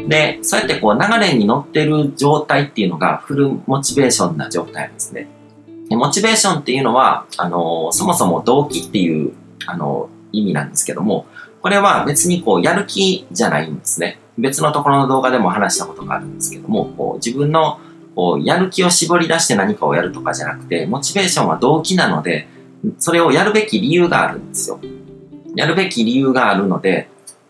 で、そうやってこう流れに乗ってる状態っていうのがフルモチベーションな状態ですね。でモチベーションっていうのは、そもそも動機っていう、意味なんですけども、これは別にこう、やる気じゃないんですね。別のところの動画でも話したことがあるんですけども、こう自分のこうやる気を絞り出して何かをやるとかじゃなくて、モチベーションは動機なので、それをやるべき理由があるんですよ。やるべき理由があるので、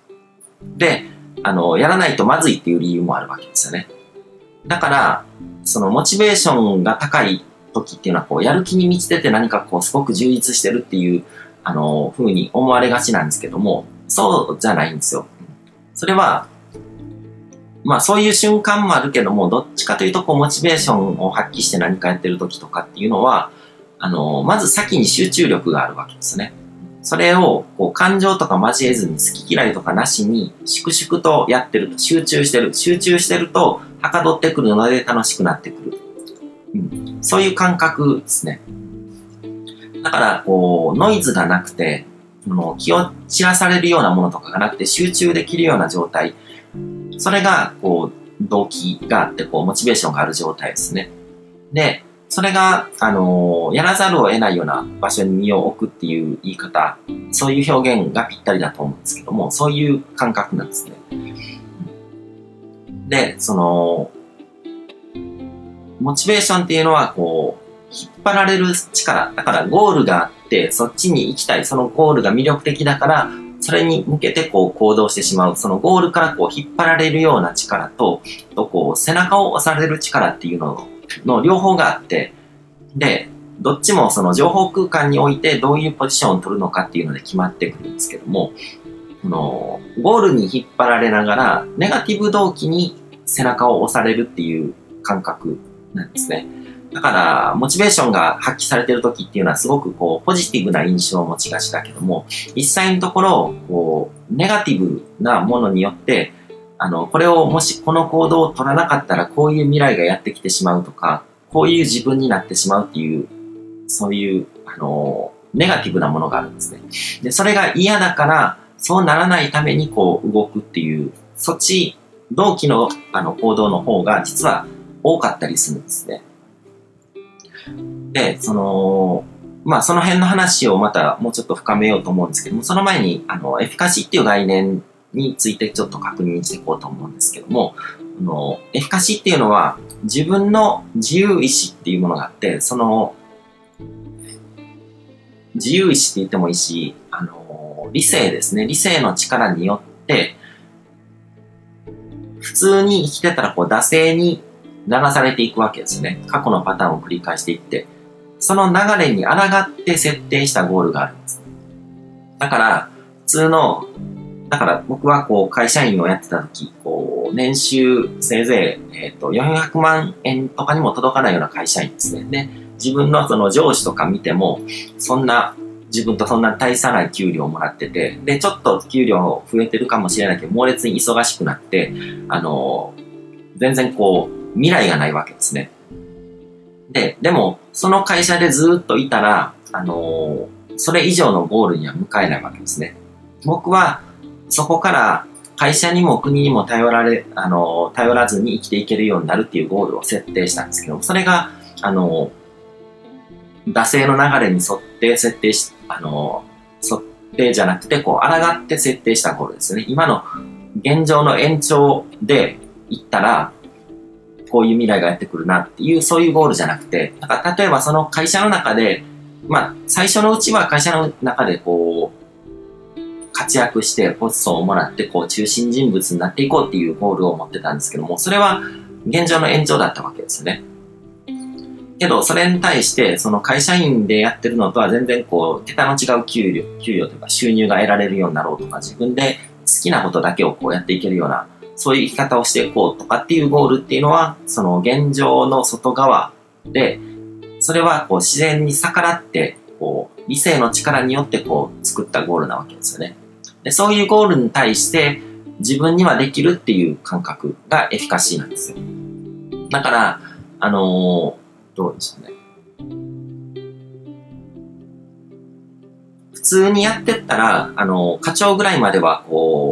やらないとまずいっていう理由もあるわけですよね。だから、そのモチベーションが高い時っていうのは、こう、やる気に満ちてて何かこう、すごく充実してるっていう、風に思われがちなんですけども、そうじゃないんですよ。それは、まあそういう瞬間もあるけども、どっちかというと、こう、モチベーションを発揮して何かやってる時とかっていうのは、まず先に集中力があるわけですね。それをこう感情とか交えずに好き嫌いとかなしに粛々とやってると集中してるとはかどってくるので楽しくなってくる、そういう感覚ですね。だからこうノイズがなくて気を散らされるようなものとかがなくて集中できるような状態、それがこう動機があってこうモチベーションがある状態ですね。でそれが、やらざるを得ないような場所に身を置くっていう言い方、そういう表現がぴったりだと思うんですけども、そういう感覚なんですね。で、モチベーションっていうのは、こう、引っ張られる力、だからゴールがあって、そっちに行きたい、そのゴールが魅力的だから、それに向けてこう行動してしまう、そのゴールからこう引っ張られるような力と、こう背中を押される力っていうの両方があって、で、どっちもその情報空間においてどういうポジションを取るのかっていうので決まってくるんですけども、ゴールに引っ張られながら、ネガティブ動機に背中を押されるっていう感覚なんですね。だから、モチベーションが発揮されている時っていうのはすごくこう、ポジティブな印象を持ちがちだけども、実際のところ、こう、ネガティブなものによって、これをもしこの行動を取らなかったらこういう未来がやってきてしまうとか、こういう自分になってしまうっていう、そういう、ネガティブなものがあるんですね。で、それが嫌だから、そうならないためにこう動くっていう、そっち、同期の行動の方が実は多かったりするんですね。で、まあその辺の話をまたもうちょっと深めようと思うんですけども、その前にエフィカシーっていう概念についてちょっと確認していこうと思うんですけども、エフィカシーっていうのは自分の自由意志っていうものがあって、その自由意志って言ってもいいし、理性ですね。理性の力によって、普通に生きてたらこう惰性に流されていくわけですね。過去のパターンを繰り返していって、その流れに抗って設定したゴールがあるんです。だから、だから僕はこう会社員をやってた時、こう年収せいぜい、400万円とかにも届かないような会社員ですね。で、自分のその上司とか見ても、自分とそんな大差ない給料をもらってて、で、ちょっと給料増えてるかもしれないけど、猛烈に忙しくなって、全然こう、未来がないわけですね。でも、その会社でずっといたら、それ以上のゴールには向かえないわけですね。僕は、そこから会社にも国にも頼らずに生きていけるようになるっていうゴールを設定したんですけど、それが、惰性の流れに沿って沿ってじゃなくて、こう、抗って設定したゴールですね。今の現状の延長で行ったら、こういう未来がやってくるなっていう、そういうゴールじゃなくて、だから例えばその会社の中で、まあ、最初のうちは会社の中でこう、活躍してポストをもらって、こう、中心人物になっていこうっていうゴールを持ってたんですけども、それは現状の延長だったわけですよね。けど、それに対して、その会社員でやってるのとは全然こう、桁の違う給与というか収入が得られるようになろうとか、自分で好きなことだけをこうやっていけるような、そういう生き方をしていこうとかっていうゴールっていうのは、その現状の外側で、それはこう自然に逆らって、こう、理性の力によってこう、作ったゴールなわけですよね。で、そういうゴールに対して、自分にはできるっていう感覚がエフィカシーなんですよ。だから、どうでしょうね。普通にやってったら、課長ぐらいまでは、こう、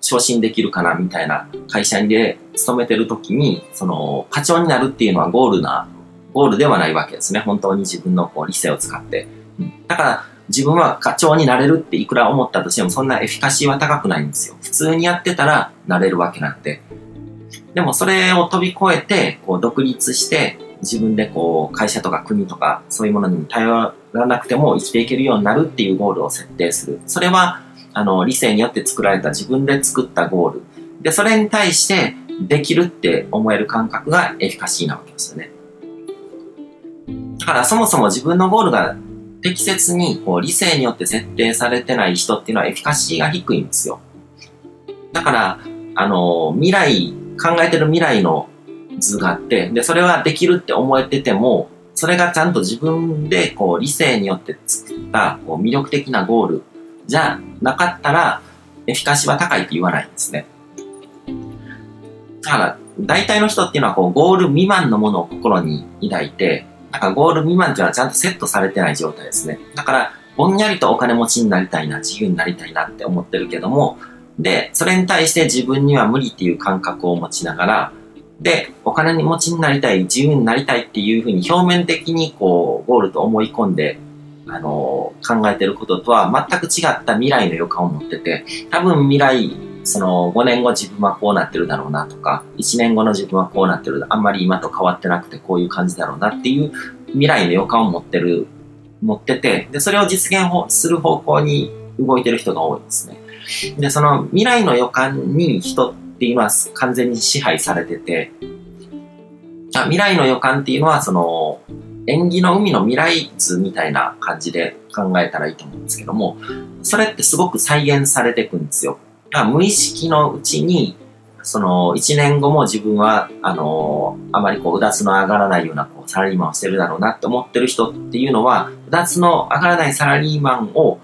昇進できるかなみたいな会社で勤めてる時に、課長になるっていうのはゴールではないわけですね。本当に自分の理性を使って。だから、自分は課長になれるっていくら思ったとしても、そんなエフィカシーは高くないんですよ。普通にやってたらなれるわけなんで。でもそれを飛び越えて、独立して、自分で会社とか国とかそういうものに頼らなくても生きていけるようになるっていうゴールを設定する。それは、理性によって作られた自分で作ったゴール。で、それに対してできるって思える感覚がエフィカシーなわけですよね。だからそもそも自分のゴールが適切に理性によって設定されてない人っていうのはエフィカシーが低いんですよ。だから、考えてる未来の図があって、で、それはできるって思えてても、それがちゃんと自分で理性によって作った魅力的なゴールじゃなかったら、エフィカシーは高いって言わないんですね。だから、大体の人っていうのはゴール未満のものを心に抱いて、ゴール未満っていうのはちゃんとセットされてない状態ですね。だから、ぼんやりとお金持ちになりたいな、自由になりたいなって思ってるけども、で、それに対して自分には無理っていう感覚を持ちながら、で、お金持ちになりたい、自由になりたいっていうふうに表面的にゴールと思い込んで、考えてることとは全く違った未来の予感を持ってて、多分未来、5年後自分はこうなってるだろうなとか、1年後の自分はこうなってる、あんまり今と変わってなくてこういう感じだろうなっていう未来の予感を持ってて、で、それを実現する方向に動いてる人が多いんですね。で、その未来の予感に人っていうのは完全に支配されてて、未来の予感っていうのは縁起の海の未来図みたいな感じで考えたらいいと思うんですけども、それってすごく再現されていくんですよ。無意識のうちに、1年後も自分は、あまりうだつの上がらないようなサラリーマンをしてるだろうなって思ってる人っていうのは、うだつの上がらないサラリーマンを、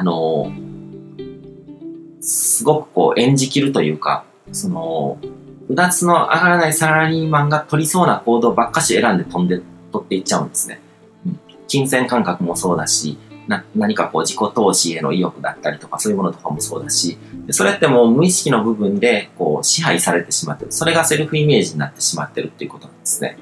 すごく演じきるというか、うだつの上がらないサラリーマンが取りそうな行動ばっかし選んで取っていっちゃうんですね。金銭感覚もそうだし、何か自己投資への意欲だったりとか、そういうものとかもそうだし、それってもう無意識の部分で支配されてしまってる。それがセルフイメージになってしまってるっていうことなんですね。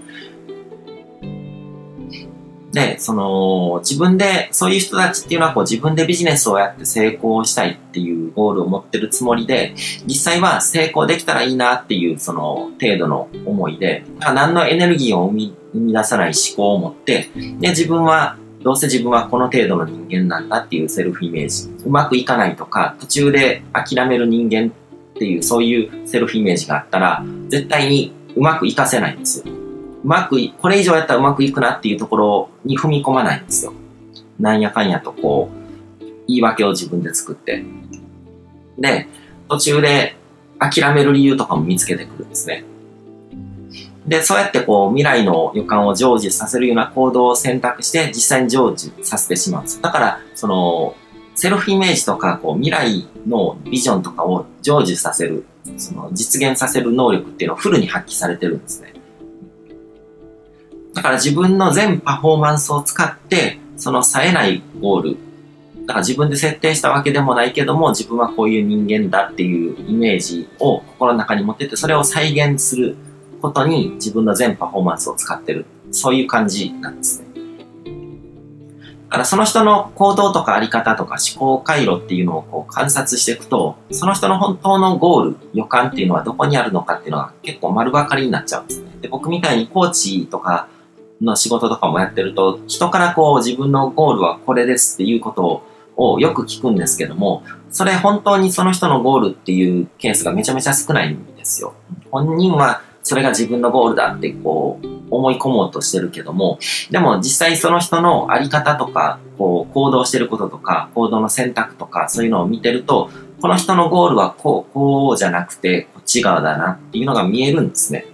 で、自分で、そういう人たちっていうのは自分でビジネスをやって成功したいっていうゴールを持ってるつもりで、実際は成功できたらいいなっていう程度の思いで、何のエネルギーを生み出さない思考を持って、で、どうせ自分はこの程度の人間なんだっていうセルフイメージ。うまくいかないとか、途中で諦める人間っていうそういうセルフイメージがあったら、絶対にうまくいかせないんですよ。これ以上やったらうまくいくなっていうところに踏み込まないんですよ。なんやかんやと言い訳を自分で作って。で、途中で諦める理由とかも見つけてくるんですね。で、そうやって未来の予感を成就させるような行動を選択して実際に成就させてしまうんです。だから、セルフイメージとか、未来のビジョンとかを成就させる、実現させる能力っていうのをフルに発揮されてるんですね。だから自分の全パフォーマンスを使って、冴えないゴール。だから自分で設定したわけでもないけども、自分はこういう人間だっていうイメージを心の中に持ってて、それを再現することに自分の全パフォーマンスを使ってる。そういう感じなんですね。だからその人の行動とかあり方とか思考回路っていうのを観察していくと、その人の本当のゴール、予感っていうのはどこにあるのかっていうのは結構丸分かりになっちゃうんですね。で、僕みたいにコーチとかの仕事とかもやってると、人から自分のゴールはこれですっていうことをよく聞くんですけども、それ本当にその人のゴールっていうケースがめちゃめちゃ少ないんですよ。本人はそれが自分のゴールだって思い込もうとしてるけども、でも実際その人のあり方とか、行動してることとか、行動の選択とか、そういうのを見てると、この人のゴールはこうじゃなくて、こっち側だなっていうのが見えるんですね。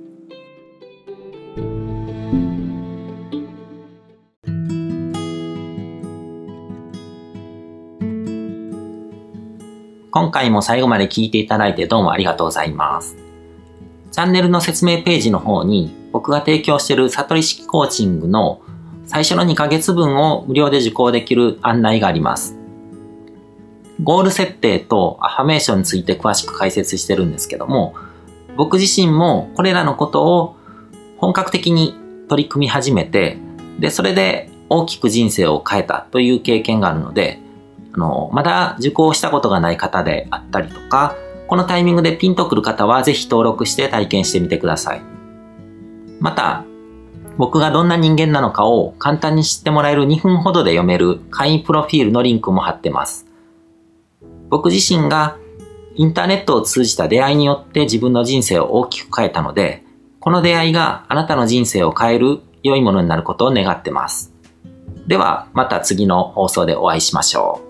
今回も最後まで聞いていただいてどうもありがとうございます。チャンネルの説明ページの方に僕が提供している悟り式コーチングの最初の2ヶ月分を無料で受講できる案内があります。 ゴール設定とアファメーションについて詳しく解説してるんですけども、僕自身もこれらのことを本格的に取り組み始めて、で、それで大きく人生を変えたという経験があるので、まだ受講したことがない方であったりとか、このタイミングでピンとくる方はぜひ登録して体験してみてください。また、僕がどんな人間なのかを簡単に知ってもらえる2分ほどで読める会員プロフィールのリンクも貼ってます。僕自身がインターネットを通じた出会いによって自分の人生を大きく変えたので、この出会いがあなたの人生を変える良いものになることを願ってます。ではまた次の放送でお会いしましょう。